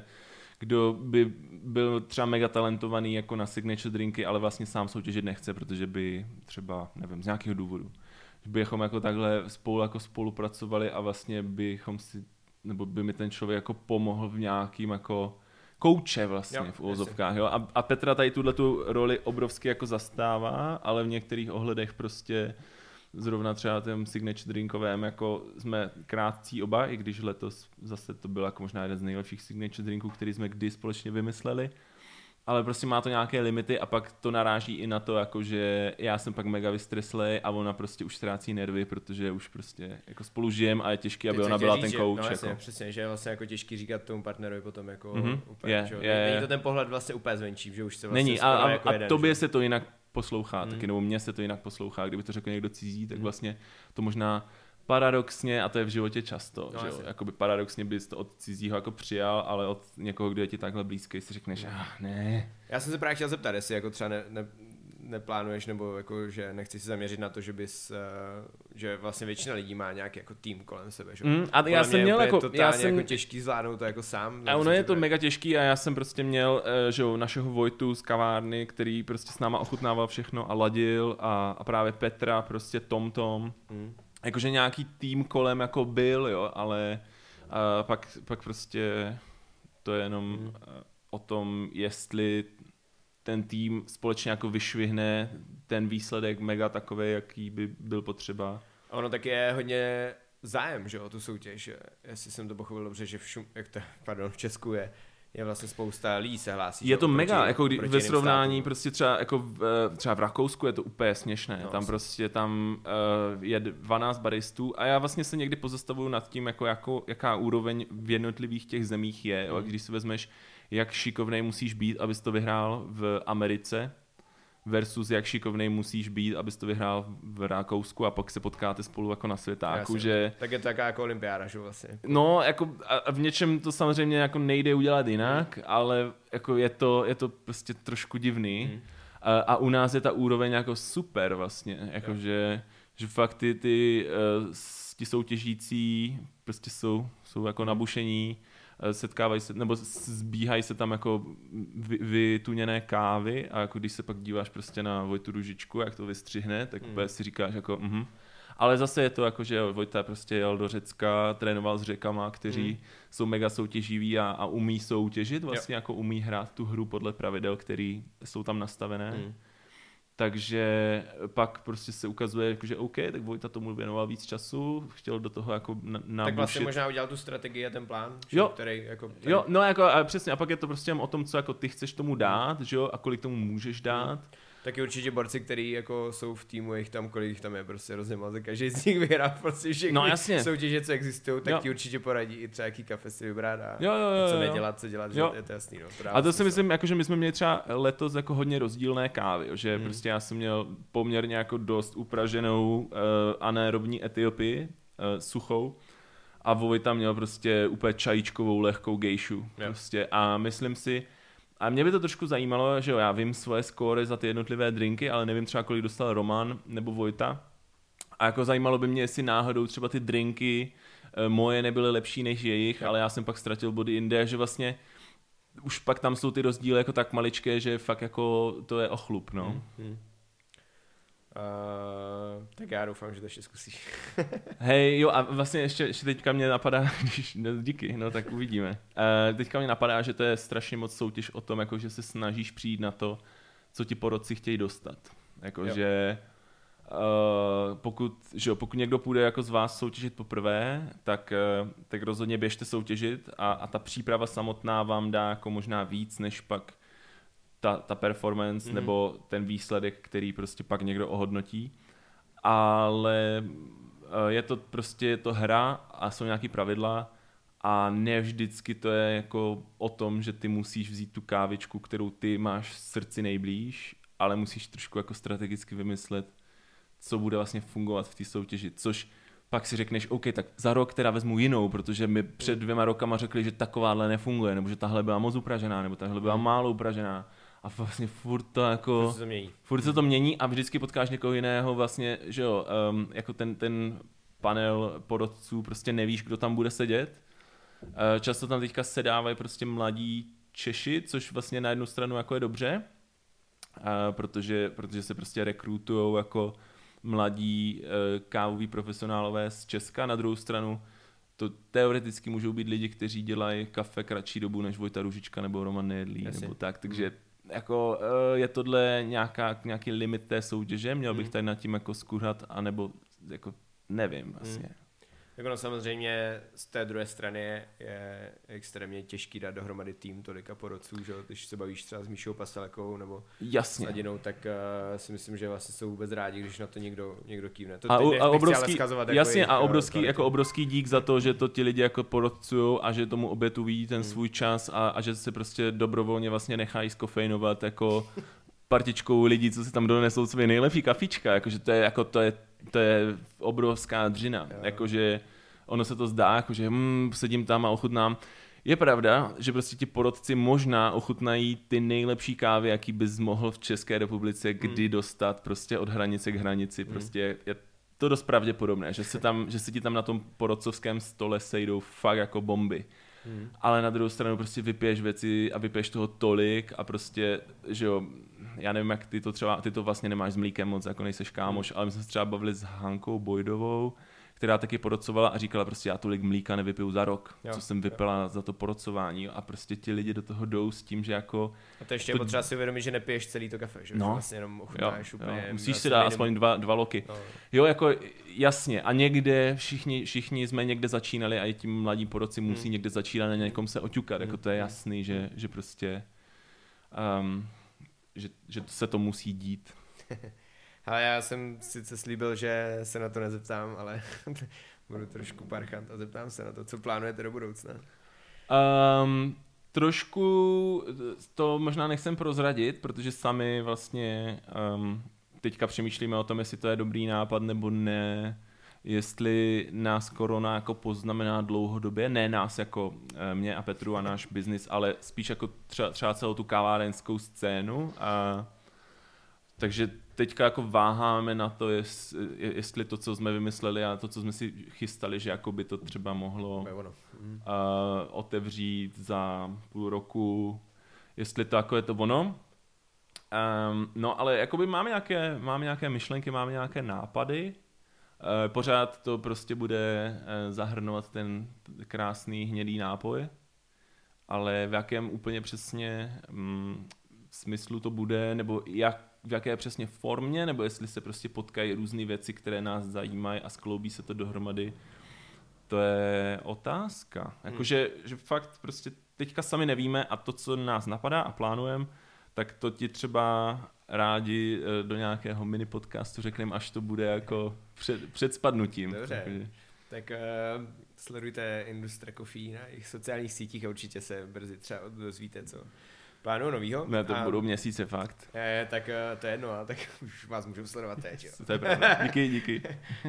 kdo by byl třeba mega talentovaný jako na signature drinky, ale vlastně sám soutěžit nechce, protože by třeba, nevím, z nějakého důvodu, že bychom jako takhle spolupracovali a vlastně bychom si, nebo by mi ten člověk jako pomohl v nějakým jako kouče vlastně v uvozovkách, jo. A Petra tady tu roli obrovsky jako zastává, ale v některých ohledech prostě zrovna třeba tím signature drinkovém jako jsme krátcí oba, i když letos zase to byl jako možná jeden z nejlepších signature drinků, který jsme kdy společně vymysleli. Ale prostě má to nějaké limity a pak to naráží i na to, jako že já jsem pak mega vystreslej a ona prostě už ztrácí nervy, protože už prostě jako spolu žijem a je těžký, aby ona byla ten coach. No jasně, jako. přesně, že je vlastně jako těžký říkat tomu partnerovi potom jako úplně, není to ten pohled vlastně úplně zvenčí, že už se vlastně není, skoro jako jeden. A tobě se to jinak poslouchá taky, nebo mně se to jinak poslouchá, kdyby to řekl někdo cizí, tak vlastně to možná paradoxně, a to je v životě často, že jo, jakoby paradoxně bys to od cizího jako přijal, ale od někoho, kdo je ti takhle blízký, si řekneš, ne. Já jsem se právě chtěl zeptat, jestli jako třeba neplánuješ, nebo jako, že nechci se zaměřit na to, že bys, že vlastně většina lidí má nějaký jako tým kolem sebe, že? A já jsem měl jako, jako těžký zvládnout to jako sám. A ono je to mega těžký a já jsem prostě měl, že jo, našeho Vojtu z kavárny, který prostě s náma ochutnával všechno a ladil a právě Petra, prostě Tom. Jakože nějaký tým kolem jako byl, jo, ale pak prostě to je jenom o tom, jestli ten tým společně jako vyšvihne ten výsledek mega takový, jaký by byl potřeba. A ono tak je hodně zájem, že o tu soutěž, jestli jsem to pochopil dobře, že v Česku je vlastně spousta lidí se hlásí. Je to mega, jako ve srovnání prostě třeba v Rakousku je to úplně směšné. No, tam je 12 baristů a já vlastně se někdy pozastavuju nad tím, jaká úroveň v jednotlivých těch zemích je. Jo? Když si vezmeš, jak šikovnej musíš být, abys to vyhrál v Americe versus jak šikovnej musíš být, abys to vyhrál v Rakousku a pak se potkáte spolu jako na světáku, že... Tak je to taká jako olympiáda, že vlastně. No, jako a v něčem to samozřejmě jako nejde udělat jinak, ale jako je to prostě trošku divný. A u nás je ta úroveň jako super vlastně, jako že fakt ti soutěžící prostě jsou jako nabušení, setkávají se, nebo zbíhají se tam jako vytuněné kávy a jako když se pak díváš prostě na Vojtu Ružičku, jak to vystřihne, tak si říkáš jako Ale zase je to jako, že Vojta prostě jel do Řecka, trénoval s Řekama, kteří jsou mega soutěživí a umí soutěžit, vlastně jako umí hrát tu hru podle pravidel, které jsou tam nastavené. Takže pak prostě se ukazuje, že OK, tak Vojta tomu věnoval víc času, chtěl do toho jako nabušit. Tak vlastně možná udělal tu strategii a ten plán, který jako... Jo, no jako a přesně, a pak je to prostě o tom, co jako ty chceš tomu dát, že jo, a kolik tomu můžeš dát. Taky určitě borci, kteří jako jsou v týmu, kolik jich tam je, prostě hrozně moc, každý z nich vyhrá prostě všechny soutěže, co existují, tak ti určitě poradí i třeba jaký kafe si vybrat a co nedělat, co dělat, že je to jasný. No, a to si myslím, jako, že my jsme měli třeba letos jako hodně rozdílné kávy, že prostě já jsem měl poměrně jako dost upraženou anaerobní Etiopii, suchou, a Vojta měl prostě úplně čajíčkovou lehkou gejšu. Prostě. A myslím si, a mě by to trošku zajímalo, že jo, já vím svoje skóre za ty jednotlivé drinky, ale nevím třeba, kolik dostal Roman nebo Vojta. A jako zajímalo by mě, jestli náhodou třeba ty drinky moje nebyly lepší než jejich, ale já jsem pak ztratil body jinde, že vlastně už pak tam jsou ty rozdíly jako tak maličké, že fakt jako to je o chlup, no. Tak já doufám, že to ještě zkusíš. Hej, jo, a vlastně ještě teďka mě napadá, díky, no tak uvidíme. Teďka mě napadá, že to je strašně moc soutěž o tom, jako že se snažíš přijít na to, co ti porotci chtějí dostat. Jakože pokud někdo půjde jako z vás soutěžit poprvé, tak rozhodně běžte soutěžit a ta příprava samotná vám dá jako možná víc, než pak ta performance nebo ten výsledek, který prostě pak někdo ohodnotí. Ale je to hra a jsou nějaký pravidla a ne vždycky to je jako o tom, že ty musíš vzít tu kávičku, kterou ty máš v srdci nejblíž, ale musíš trošku jako strategicky vymyslet, co bude vlastně fungovat v té soutěži, což pak si řekneš, OK, tak za rok teda vezmu jinou, protože mi před 2 rokama řekli, že takováhle nefunguje, nebo že tahle byla moc upražená, nebo tahle byla málo upražená. A vlastně furt to jako... Furt se to mění a vždycky potkáš někoho jiného vlastně, že jo, jako ten panel porotců, prostě nevíš, kdo tam bude sedět. Často tam teďka sedávají prostě mladí Češi, což vlastně na jednu stranu jako je dobře, protože se prostě rekrutujou jako mladí kávoví profesionálové z Česka. Na druhou stranu to teoreticky můžou být lidi, kteří dělají kafe kratší dobu než Vojta Růžička nebo Roman Nejedlý nebo tak, takže jako je tohle nějaký limit té soutěže, měl bych tady nad tím jako zkuřat, anebo jako nevím vlastně. Jako no samozřejmě z té druhé strany je extrémně těžký dát dohromady tým tolika porotců, že když se bavíš třeba s Míšou Pasalekou nebo s Adinou, tak si myslím, že vlastně jsou vůbec rádi, když na to někdo kývne. To obrovský dík za to, že to ti lidi jako porotcujou a že tomu obětují ten svůj čas a že se prostě dobrovolně vlastně nechají skofejnovat jako partičkou lidí, co si tam donesou své nejlepší kafička, jakože to je obrovská dřina, jakože ono se to zdá, jakože sedím tam a ochutnám. Je pravda, že prostě ti porotci možná ochutnají ty nejlepší kávy, jaký bys mohl v České republice kdy dostat prostě od hranice k hranici, prostě je to dost pravděpodobné, že se ti tam na tom porotcovském stole sejdou fakt jako bomby. Ale na druhou stranu prostě vypiješ věci a vypiješ toho tolik a prostě, že jo, já nevím, jak ty to vlastně nemáš s mlíkem moc, jako nejseš kámoš, ale my jsme se třeba bavili s Hankou Bojdovou, která taky porocovala a říkala prostě, já tolik mlíka nevypiju za rok, co jsem vypila za to porocování a prostě ti lidi do toho jdou s tím, že jako... A to ještě je potřeba si uvědomit, že nepiješ celý to kafe, že vlastně jenom ochutnáš úplně... Musíš si dát aspoň dva loky. Jo, jako jasně a někde všichni jsme někde začínali a i ti mladí porotci musí někde začínat na někom se oťukat, jako to je jasný, že prostě... že se to musí dít. Ale já jsem sice slíbil, že se na to nezeptám, ale budu trošku parchant a zeptám se na to, co plánujete do budoucna. Trošku to možná nechcem prozradit, protože sami vlastně teďka přemýšlíme o tom, jestli to je dobrý nápad nebo ne, jestli nás korona jako poznamená dlouhodobě, ne nás jako mě a Petru a náš biznis, ale spíš jako třeba celou tu kavárenskou scénu. Takže teďka jako váháme na to, jestli to, co jsme vymysleli a to, co jsme si chystali, že jako by to třeba mohlo otevřít za půl roku, jestli to jako je to ono. No ale jakoby máme nějaké myšlenky, máme nějaké nápady. Pořád to prostě bude zahrnovat ten krásný hnědý nápoj, ale v jakém úplně přesně smyslu to bude, nebo v jaké přesně formě, nebo jestli se prostě potkají různé věci, které nás zajímají a skloubí se to dohromady, to je otázka. Jakože že fakt prostě teďka sami nevíme a to, co nás napadá a plánujeme, tak to ti třeba rádi do nějakého mini podcastu řekneme, až to bude jako před spadnutím. Dobře, tak sledujte Industria Coffee na jejich sociálních sítích a určitě se brzy třeba dozvíte, co plánuju novýho. Ne, to budou měsíce, fakt. Tak to je jedno, a tak už vás můžu sledovat teď, jo. To je pravda, díky.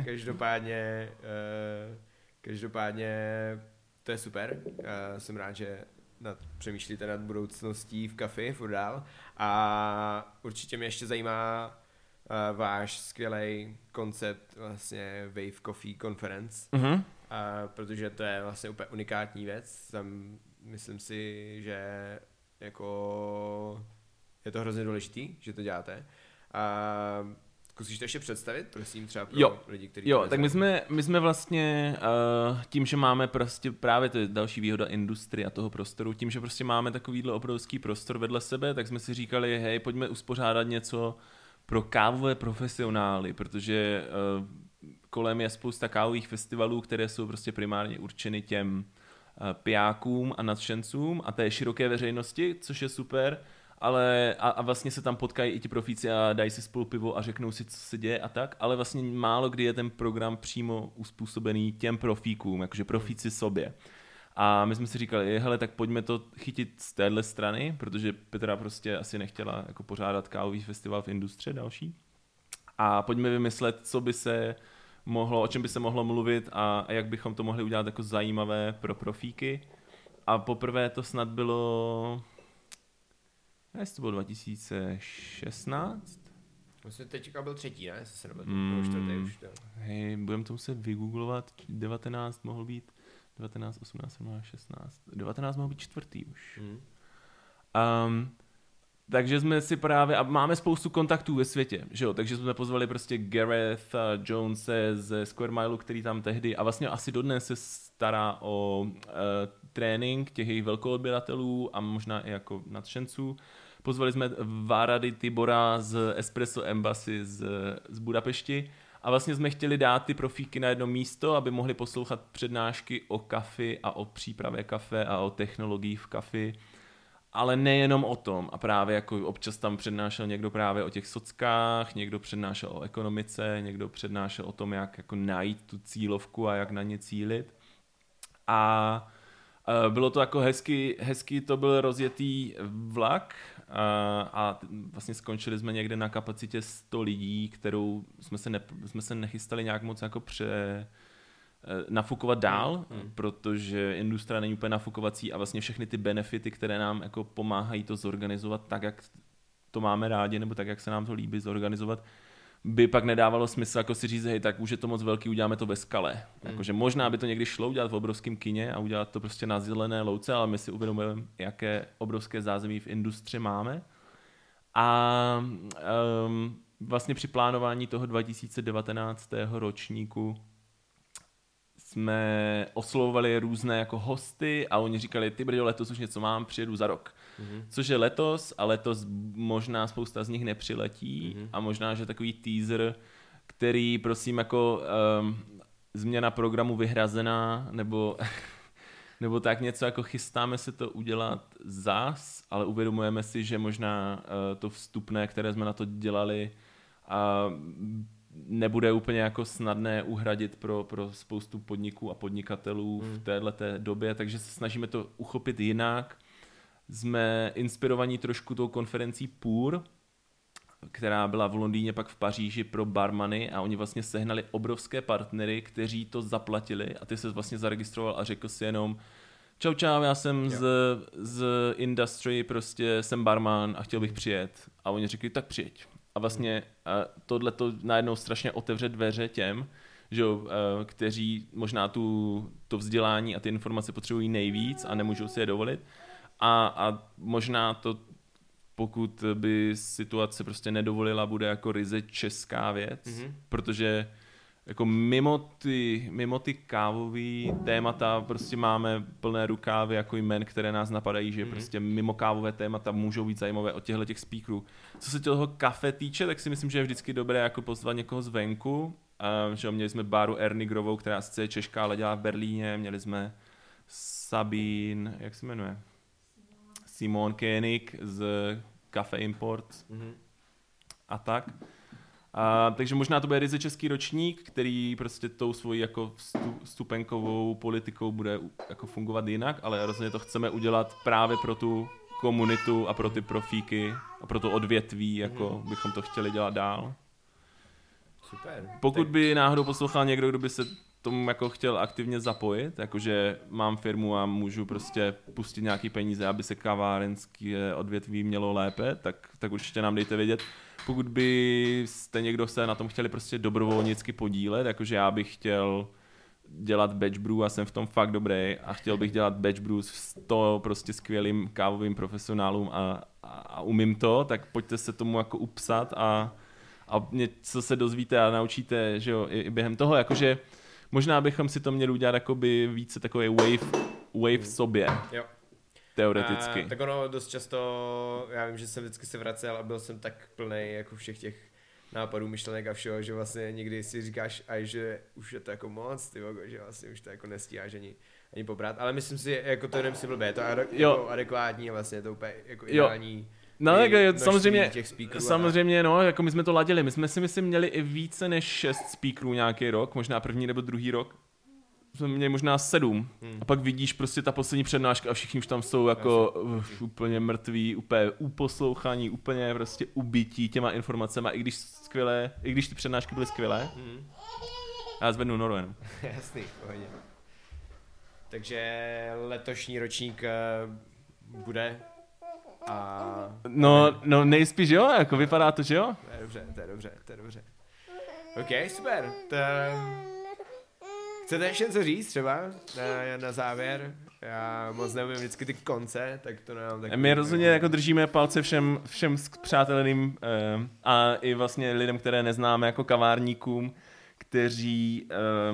Každopádně to je super. Jsem rád, že přemýšlíte nad budoucností v kafi furt dál a určitě mě ještě zajímá váš skvělý koncept vlastně Wave Coffee Conference, protože to je vlastně úplně unikátní věc. Tam myslím si, že jako je to hrozně důležitý, že to děláte. Zkusíš to ještě představit, prosím, třeba pro lidi, kteří... Jo, tak my jsme vlastně tím, že máme prostě právě to je další výhoda industrie a toho prostoru, tím, že prostě máme takovýhle obrovský prostor vedle sebe, tak jsme si říkali, hej, pojďme uspořádat něco pro kávové profesionály, protože kolem je spousta kávových festivalů, které jsou prostě primárně určeny těm pijákům a nadšencům a té široké veřejnosti, což je super, ale a vlastně se tam potkají i ti profíci a dají si spolu pivo a řeknou si, co se děje a tak, ale vlastně málo kdy je ten program přímo uspůsobený těm profíkům, jakože profíci sobě. A my jsme si říkali, hele, tak pojďme to chytit z téhle strany, protože Petra prostě asi nechtěla jako pořádat kávový festival v industrii další. A pojďme vymyslet, co by se mohlo, o čem by se mohlo mluvit a jak bychom to mohli udělat jako zajímavé pro profíky. A poprvé to snad bylo... Jestli to bylo 2016? Vlastně teďka byl třetí, ne? Jestli se nebyl čtvrtý už to. Hej, budeme to muset vygooglovat. 19 mohl být 19, 18, 17, 16. 19 mohl být čtvrtý už. Takže jsme si právě, a máme spoustu kontaktů ve světě, že jo, takže jsme pozvali prostě Gareth Jonese ze Square Mileu, který tam tehdy, a vlastně asi dodnes se stará o trénink těch jejich velkoodběratelů a možná i jako nadšenců. Pozvali jsme Várady Tibora z Espresso Embassy z Budapešti a vlastně jsme chtěli dát ty profíky na jedno místo, aby mohli poslouchat přednášky o kafi a o přípravě kafe a o technologiích v kafi. Ale nejenom o tom. A právě jako občas tam přednášel někdo právě o těch sockách, někdo přednášel o ekonomice, někdo přednášel o tom, jak jako najít tu cílovku a jak na ně cílit. A bylo to jako hezky to byl rozjetý vlak a vlastně skončili jsme někde na kapacitě 100 lidí, kterou jsme se nechystali nějak moc jako nafukovat dál, protože industrie není úplně nafukovací a vlastně všechny ty benefity, které nám jako pomáhají to zorganizovat tak, jak to máme rádi, nebo tak, jak se nám to líbí zorganizovat, by pak nedávalo smysl jako si říct, hej, tak už je to moc velký, uděláme to ve skale. Jakože možná by to někdy šlo udělat v obrovském kině a udělat to prostě na zelené louce, ale my si uvědomujeme, jaké obrovské zázemí v industrii máme. A vlastně při plánování toho 2019. ročníku jsme oslovovali různé jako hosty a oni říkali, ty brďo, letos už něco mám, přijedu za rok. Což je letos a letos možná spousta z nich nepřiletí a možná, že takový teaser, který prosím jako změna programu vyhrazená nebo tak něco jako chystáme se to udělat zas, ale uvědomujeme si, že možná to vstupné, které jsme na to dělali nebude úplně jako snadné uhradit pro spoustu podniků a podnikatelů v téhleté době, takže se snažíme to uchopit jinak. Jsme inspirovaní trošku tou konferencí PUR, která byla v Londýně, pak v Paříži pro barmany a oni vlastně sehnali obrovské partnery, kteří to zaplatili a ty se vlastně zaregistroval a řekl si jenom čau, já jsem z industry, prostě jsem barman a chtěl bych přijet. A oni řekli, tak přijeď. A vlastně tohle to najednou strašně otevře dveře těm, že kteří možná to vzdělání a ty informace potřebují nejvíc a nemůžou si je dovolit. A možná to, pokud by situace prostě nedovolila, bude jako ryze česká věc, protože jako mimo ty kávový témata prostě máme plné rukávy jako jmen, které nás napadají, že prostě mimo kávové témata můžou být zajímavé od těch speakerů. Co se toho kafe týče, tak si myslím, že je vždycky dobré jako pozvat někoho zvenku. Že měli jsme Báru Ernigrovou, která sice je Češka, ale dělá v Berlíně. Měli jsme Sabine, jak se jmenuje? Simon Koenig z Cafe Import a tak. Takže možná to bude ryze český ročník, který prostě tou svojí jako vstupenkovou politikou bude jako fungovat jinak, ale rozhodně to chceme udělat právě pro tu komunitu a pro ty profíky a pro to odvětví, jako bychom to chtěli dělat dál. Super. Pokud by náhodou poslouchal někdo, kdo by se tomu jako chtěl aktivně zapojit, jakože mám firmu a můžu prostě pustit nějaký peníze, aby se kavárenské odvětví mělo lépe, tak určitě nám dejte vědět. Pokud byste někdo se na tom chtěli prostě dobrovolnicky podílet, jakože já bych chtěl dělat batch brew a jsem v tom fakt dobrý a chtěl bych dělat batch brew s to prostě skvělým kávovým profesionálům a umím to, tak pojďte se tomu jako upsat a a něco se dozvíte a naučíte, že jo, i během toho, jakože možná bychom si to měli udělat jakoby více takový wave v sobě. Jo. Teoreticky. Tak ono dost často, já vím, že jsem vždycky se vracel a byl jsem tak plnej jako všech těch nápadů, myšlenek a všeho, že vlastně někdy si říkáš, že už je to jako moc, že vlastně už to jako nestíháš ani pobrat, ale myslím si, jako to jenom si blbě, je to jako adekvátní a vlastně je to úplně jako ideální. No tak samozřejmě, no, jako my jsme to ladili, my jsme si myslím měli i více než 6 speakerů nějaký rok, možná první nebo druhý rok. Jsme měli možná 7 a pak vidíš prostě ta poslední přednáška a všichni už tam jsou jako úplně mrtví, úplně uposlouchaní, úplně prostě ubití těma informacema, i když ty přednášky byly skvělé. Já zvednu noru jenom. Jasný, pohodě. Takže letošní ročník bude No nejspíš jo, jako vypadá to, že jo? To je dobře. OK, super. Chcete ještě něco říct třeba na závěr? Já moc neumím vždycky ty konce, tak to nám tak... My rozhodně jako držíme palce všem spřáteleným a i vlastně lidem, které neznáme, jako kavárníkům, kteří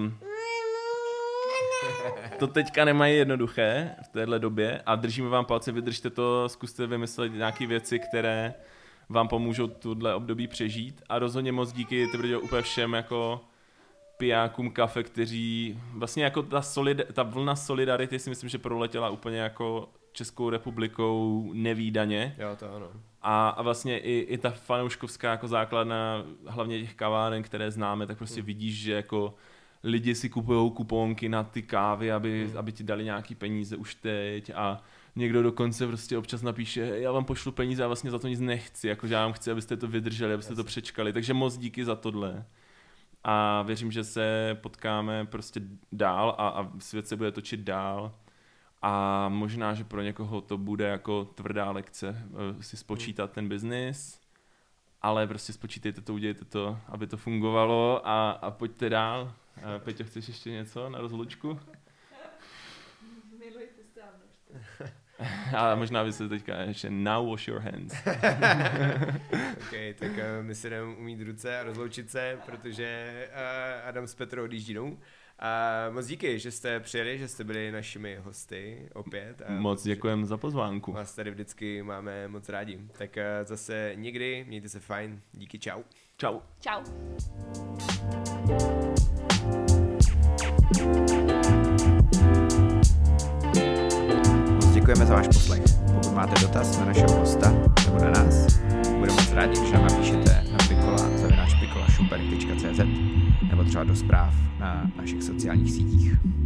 to teďka nemají jednoduché v téhle době a držíme vám palce, vydržte to, zkuste vymyslet nějaké věci, které vám pomůžou tuhle období přežít a rozhodně moc díky úplně všem jako pijákům kafe, kteří vlastně jako ta vlna solidarity si myslím, že proletěla úplně jako Českou republikou nevídaně. Jo, to ano. A vlastně i ta fanouškovská jako základna, hlavně těch kaváren, které známe, tak prostě vidíš, že jako lidi si kupují kuponky na ty kávy, aby ti dali nějaký peníze už teď a někdo dokonce prostě občas napíše, já vám pošlu peníze a vlastně za to nic nechci, jakože já vám chci, abyste to vydrželi, abyste to přečkali, takže moc díky za tohle. A věřím, že se potkáme prostě dál a svět se bude točit dál a možná, že pro někoho to bude jako tvrdá lekce si spočítat ten biznis, ale prostě spočítejte to, udějte to, aby to fungovalo a pojďte dál. Peťo, chceš ještě něco na rozlučku? Milujte stávnost. A možná by se teďka ještě now wash your hands. OK, tak my si jdeme umýt ruce a rozloučit se, protože Adam s Petrou odjíždí domů. A moc díky, že jste přijeli, že jste byli našimi hosty opět. A moc děkujem za pozvánku. Vás tady vždycky máme moc rádi. Tak zase někdy, mějte se fajn. Díky, čau. Čau. Čau. Děkujeme za váš poslech. Pokud máte dotaz na našeho hosta nebo na nás, budeme moc rádi, když nám napíšete na pikola@pikolašumperk.cz nebo třeba do zpráv na našich sociálních sítích.